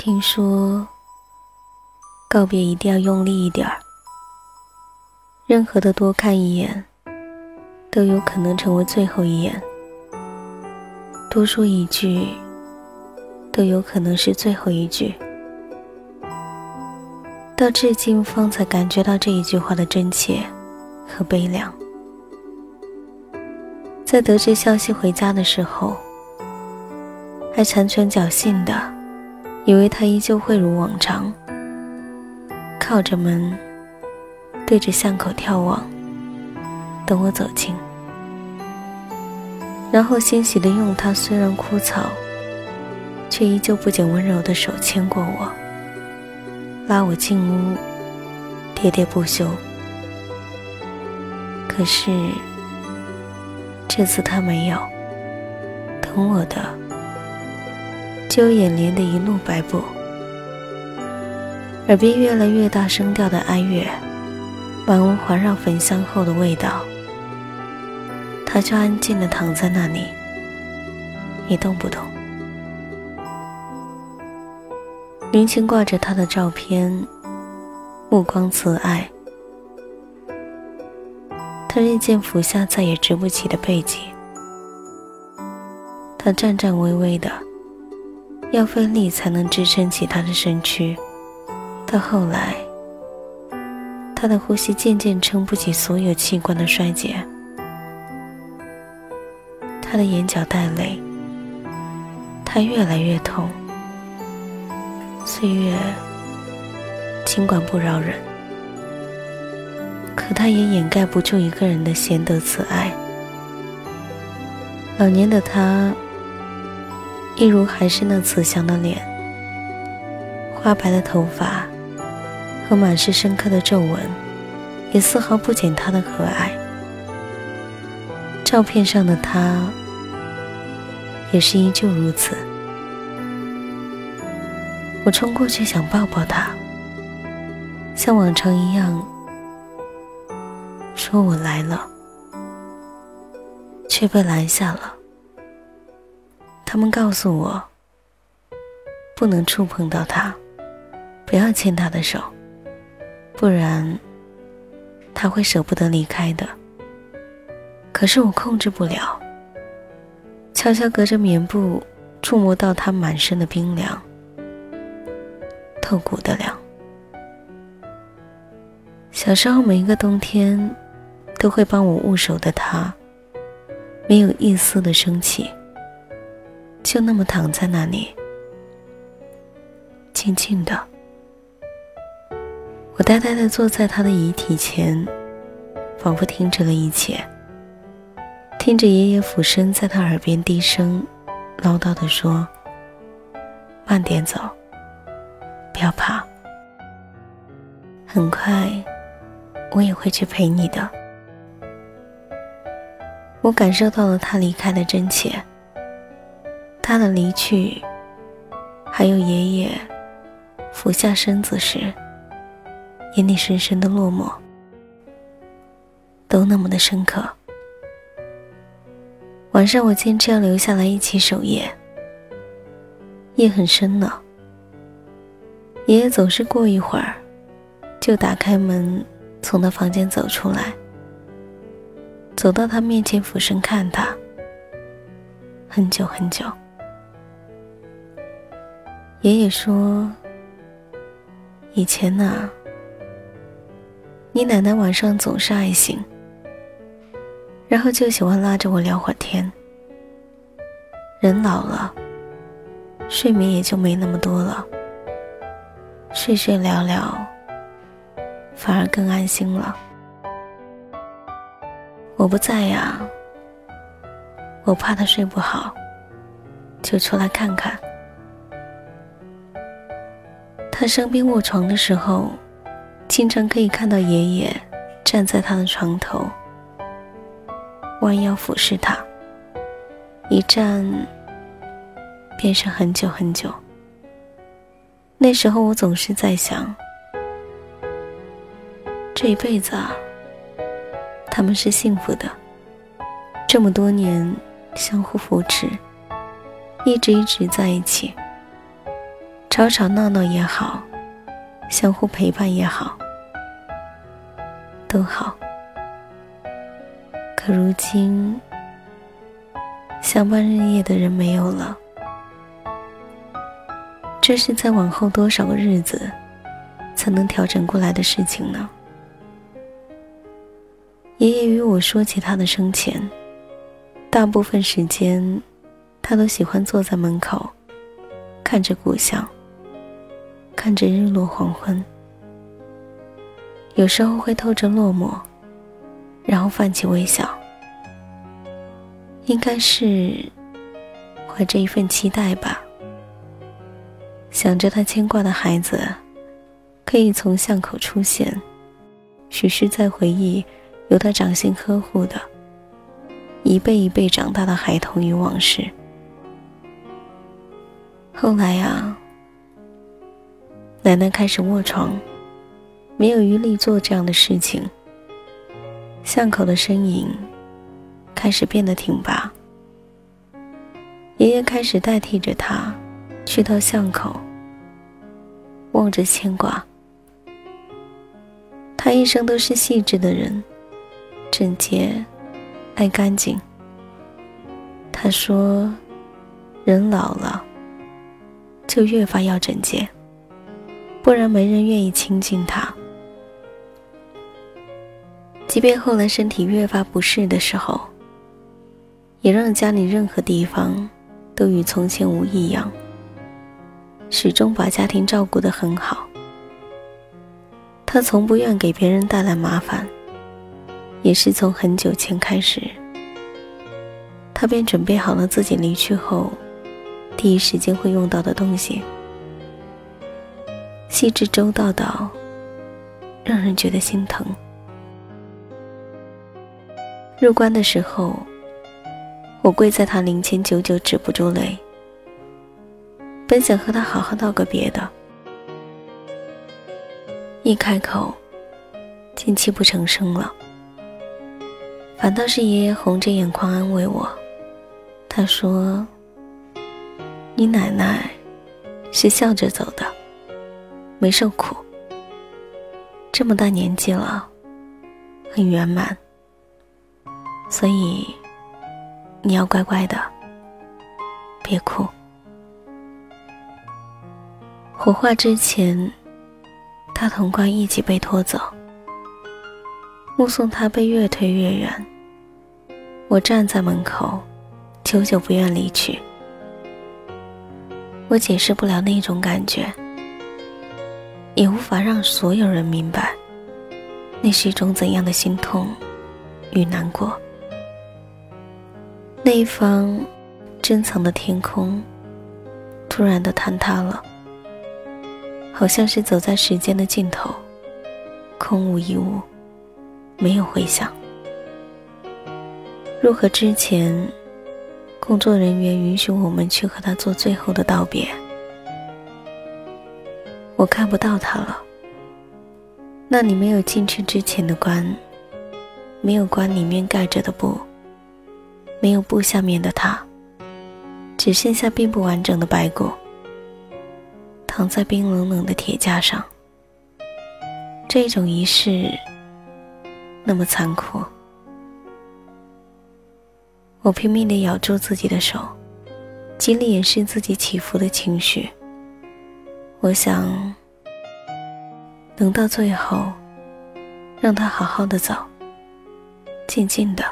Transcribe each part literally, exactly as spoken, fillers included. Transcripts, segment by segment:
听说告别一定要用力一点儿，任何的多看一眼都有可能成为最后一眼，多说一句都有可能是最后一句。到至今方才感觉到这一句话的真切和悲凉。在得知消息回家的时候，还残存侥幸的以为他依旧会如往常靠着门对着巷口眺望，等我走近，然后欣喜地用他虽然枯燥却依旧不减温柔的手牵过我，拉我进屋，喋喋不休。可是这次他没有，等我的只有眼帘的一路白布，耳边越来越大声调的哀乐，满屋环绕焚香后的味道。他就安静地躺在那里，一动不动。林晴挂着他的照片，目光慈爱。他日渐俯下再也直不起的背脊，他颤颤巍巍的，要费力才能支撑起他的身躯。到后来，他的呼吸渐渐撑不起所有器官的衰竭，他的眼角带泪，他越来越痛。岁月尽管不饶人，可他也掩盖不住一个人的贤德慈爱。老年的他一如还是那慈祥的脸，花白的头发和满是深刻的皱纹也丝毫不减他的和蔼。照片上的他也是依旧如此。我冲过去想抱抱他，像往常一样说我来了，却被拦下了。他们告诉我不能触碰到他，不要牵他的手，不然他会舍不得离开的。可是我控制不了，悄悄隔着棉布触摸到他满身的冰凉，透骨的凉。小时候每一个冬天都会帮我捂手的他，没有一丝的生气，就那么躺在那里，静静的。我呆呆地坐在他的遗体前，仿佛停止了一切，听着爷爷俯身在他耳边低声唠叨地说：慢点走，不要怕，很快我也会去陪你的。我感受到了他离开的真切，他的离去，还有爷爷俯下身子时眼里深深的落寞，都那么的深刻。晚上我坚持要留下来一起守夜，夜很深了，爷爷总是过一会儿就打开门从他房间走出来，走到他面前俯身看他，很久很久。爷爷说，以前啊，你奶奶晚上总是爱醒，然后就喜欢拉着我聊会儿天。人老了，睡眠也就没那么多了，睡睡聊聊反而更安心了。我不在呀，我怕他睡不好，就出来看看。他生病卧床的时候，经常可以看到爷爷站在他的床头，弯腰俯视他，一站便是很久很久。那时候我总是在想，这一辈子啊，他们是幸福的，这么多年相互扶持，一直一直在一起， 吵吵闹闹也好，相互陪伴也好，都好。可如今相伴日夜的人没有了，这是再往后多少个日子才能调整过来的事情呢？爷爷与我说起他的生前，大部分时间他都喜欢坐在门口，看着故乡，看着日落黄昏，有时候会透着落寞，然后泛起微笑，应该是怀着一份期待吧，想着他牵挂的孩子可以从巷口出现，许是在回忆由他掌心呵护的一辈一辈长大的孩童与往事。后来啊，奶奶开始卧床，没有余力做这样的事情，巷口的身影开始变得挺拔，爷爷开始代替着他去到巷口，望着牵挂。他一生都是细致的人，整洁，爱干净。他说，人老了就越发要整洁，不然没人愿意亲近他。即便后来身体越发不适的时候，也让家里任何地方都与从前无异样，始终把家庭照顾得很好。他从不愿给别人带来麻烦，也是从很久前开始，他便准备好了自己离去后第一时间会用到的东西，细致周到到让人觉得心疼。入关的时候，我跪在他灵前久久止不住泪，本想和他好好道个别的，一开口竟泣不成声了。反倒是爷爷红着眼眶安慰我，他说，你奶奶是笑着走的，没受苦，这么大年纪了，很圆满，所以你要乖乖的，别哭。火化之前，他同关一起被拖走，目送他被越推越远，我站在门口，久久不愿离去。我解释不了那种感觉，也无法让所有人明白，那是一种怎样的心痛与难过。那一方珍藏的天空突然的坍塌了，好像是走在时间的尽头，空无一物，没有回响。若和之前工作人员允许我们去和他做最后的道别，我看不到他了。那里没有进去之前的棺，没有棺里面盖着的布，没有布下面的他，只剩下并不完整的白骨，躺在冰冷冷的铁架上。这种仪式那么残酷，我拼命地咬住自己的手，尽力掩饰自己起伏的情绪。我想能到最后让他好好的走，静静的。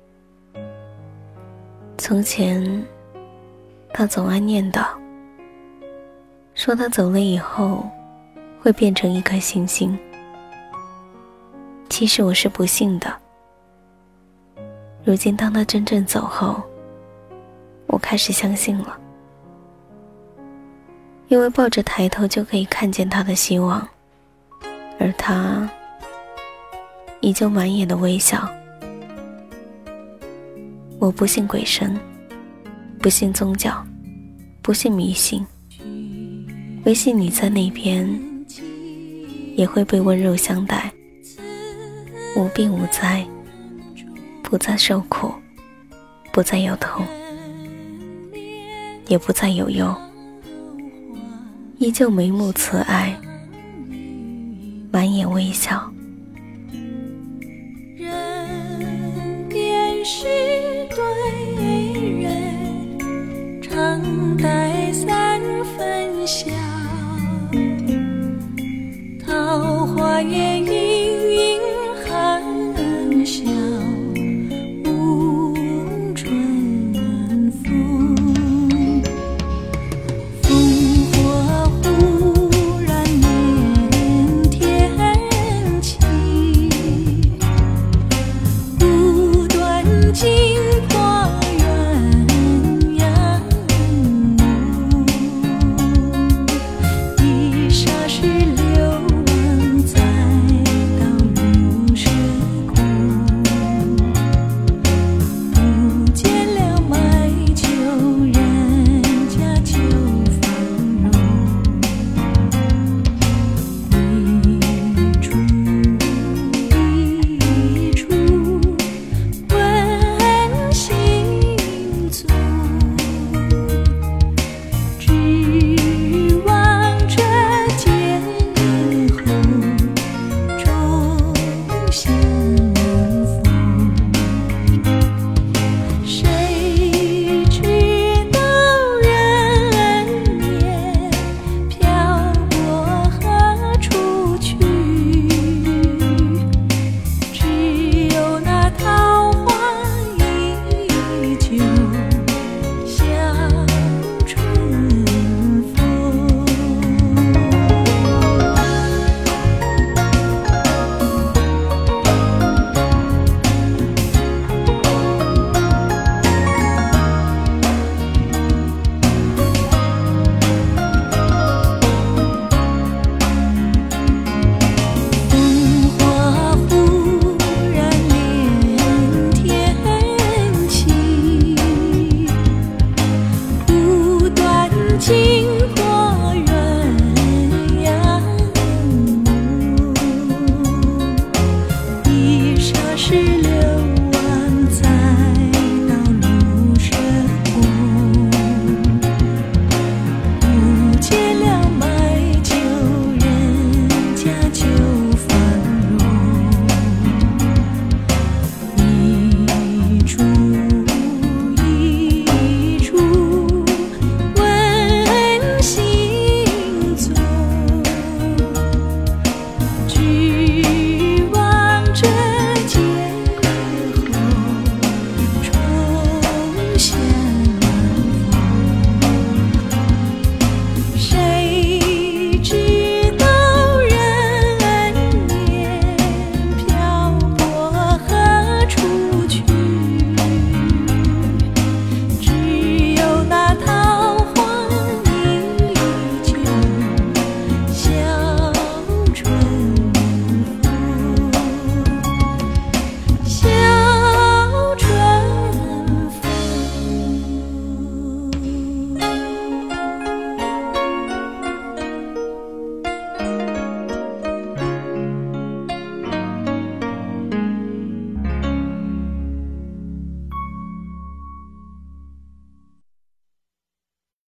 从前他总爱念叨，说他走了以后会变成一颗星星。其实我是不信的，如今当他真正走后，我开始相信了。因为抱着抬头就可以看见他的希望，而他依旧满眼的微笑。我不信鬼神，不信宗教，不信迷信，唯信你在那边也会被温柔相待，无病无灾，不再受苦，不再有痛，也不再有忧， 依旧眉目慈爱，满眼微笑。 人便是对人，常带三分笑，桃花源。